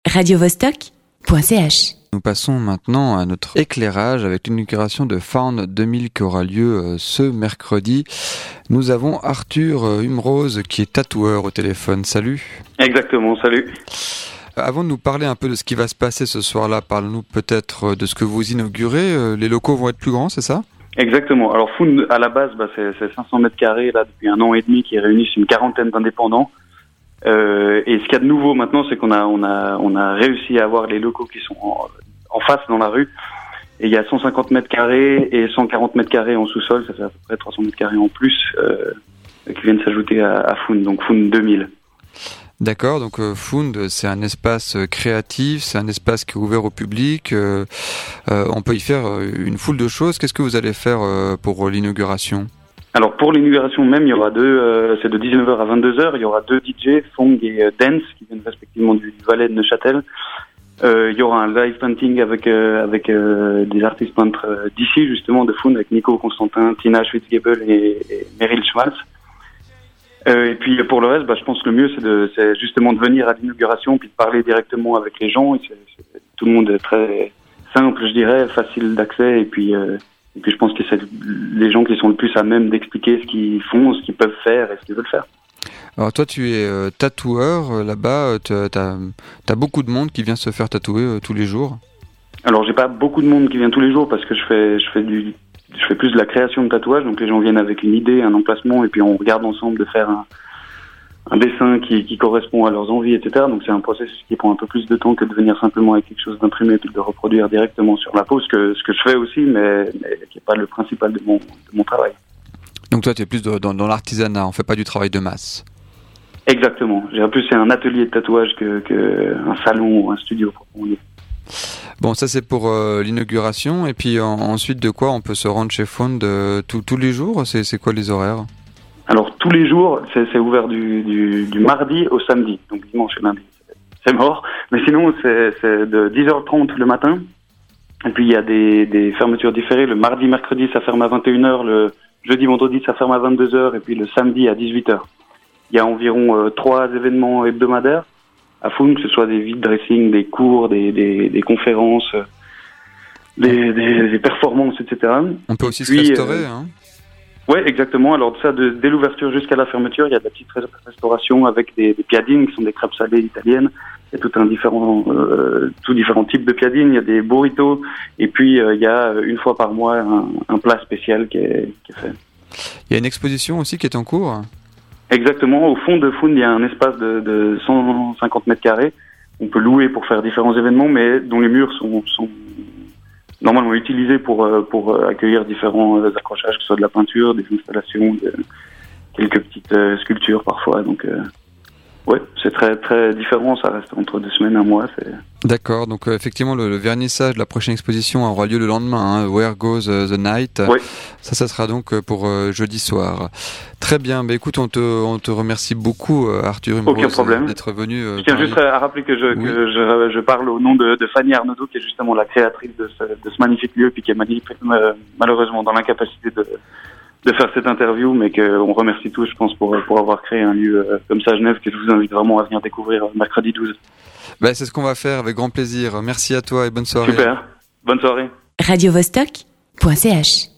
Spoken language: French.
radiovostok.ch. Nous passons maintenant à notre éclairage avec l'inauguration de Found 2000 qui aura lieu ce mercredi. Nous avons Arthur Humrose qui est tatoueur au téléphone. Salut. Exactement, salut. Avant de nous parler un peu de ce qui va se passer ce soir-là, parle-nous peut-être de ce que vous inaugurez. Les locaux vont être plus grands, c'est ça ? Exactement. Alors Found, à la base, c'est 500 mètres carrés là depuis 1 an et demi qui réunissent une quarantaine d'indépendants. Et ce qu'il y a de nouveau maintenant, c'est qu'on a réussi à avoir les locaux qui sont en face dans la rue. Et il y a 150 mètres carrés et 140 mètres carrés en sous-sol. Ça fait à peu près 300 mètres carrés en plus qui viennent s'ajouter à Found, donc Found 2000. D'accord, donc Found, c'est un espace créatif, c'est un espace qui est ouvert au public. On peut y faire une foule de choses. Qu'est-ce que vous allez faire pour l'inauguration ? Alors pour l'inauguration même, il y aura c'est de 19h à 22h, il y aura 2 DJ, Fong et Dance, qui viennent respectivement du Valais de Neuchâtel. Il y aura un live painting avec des artistes peintres d'ici, justement, de Found, avec Nico Constantin, Tina Schwitzgebel et Meryl Schmalz. Et puis pour le reste, je pense que le mieux, c'est justement de venir à l'inauguration, puis de parler directement avec les gens. Et tout le monde est très simple, je dirais, facile d'accès, et puis je pense que c'est les gens qui sont le plus à même d'expliquer ce qu'ils font, ce qu'ils peuvent faire et ce qu'ils veulent faire. Alors toi, tu es tatoueur là-bas. T'as beaucoup de monde qui vient se faire tatouer tous les jours. Alors j'ai pas beaucoup de monde qui vient tous les jours parce que je fais plus de la création de tatouage. Donc les gens viennent avec une idée, un emplacement, et puis on regarde ensemble de faire un dessin qui correspond à leurs envies, etc. Donc c'est un processus qui prend un peu plus de temps que de venir simplement avec quelque chose d'imprimé et de le reproduire directement sur la peau, ce que je fais aussi, mais qui n'est pas le principal de mon travail. Donc toi tu es plus dans l'artisanat, on fait pas du travail de masse. Exactement. En plus c'est un atelier de tatouage que un salon ou un studio. Bon, ça c'est pour l'inauguration, et puis ensuite de quoi on peut se rendre chez Found tous les jours. C'est quoi les horaires ? Alors tous les jours, c'est ouvert du mardi au samedi, donc dimanche et lundi. C'est mort, mais sinon c'est de 10h30 le matin. Et puis il y a des fermetures différées. Le mardi, mercredi, ça ferme à 21h. Le jeudi, vendredi, ça ferme à 22h. Et puis le samedi à 18h. Il y a environ 3 événements hebdomadaires à Found, que ce soit des vide dressing, des cours, des conférences, des performances, etc. On peut aussi se restaurer, hein. Oui, exactement. Alors ça, dès l'ouverture jusqu'à la fermeture, il y a de la petite restauration avec des piadines, qui sont des crêpes salées italiennes. Il y a tout différents types de piadines. Il y a des burritos, et puis il y a une fois par mois un plat spécial qui est fait. Il y a une exposition aussi qui est en cours. Exactement. Au fond de Found, il y a un espace de 150 mètres carrés. On peut louer pour faire différents événements, mais dont les murs sont normalement utilisés pour accueillir différents accrochages, que ce soit de la peinture, des installations, quelques petites sculptures parfois. Donc, c'est très très différent. Ça reste entre 2 semaines, 1 mois. D'accord. Donc effectivement, le vernissage de la prochaine exposition aura lieu le lendemain. Where Goes the Night. Oui. Ça sera donc pour jeudi soir. Très bien. Écoute, on te remercie beaucoup, Arthur Humrose. Aucun problème. D'être venu. Je tiens juste à rappeler que je parle au nom de Fanny Arnaudot, qui est justement la créatrice de ce magnifique lieu, puis qui est malheureusement dans l'incapacité de faire cette interview, mais qu'on remercie tous, je pense, pour avoir créé un lieu comme ça à Genève, que je vous invite vraiment à venir découvrir mercredi 12. C'est ce qu'on va faire avec grand plaisir. Merci à toi et bonne soirée. Super. Bonne soirée. radiovostok.ch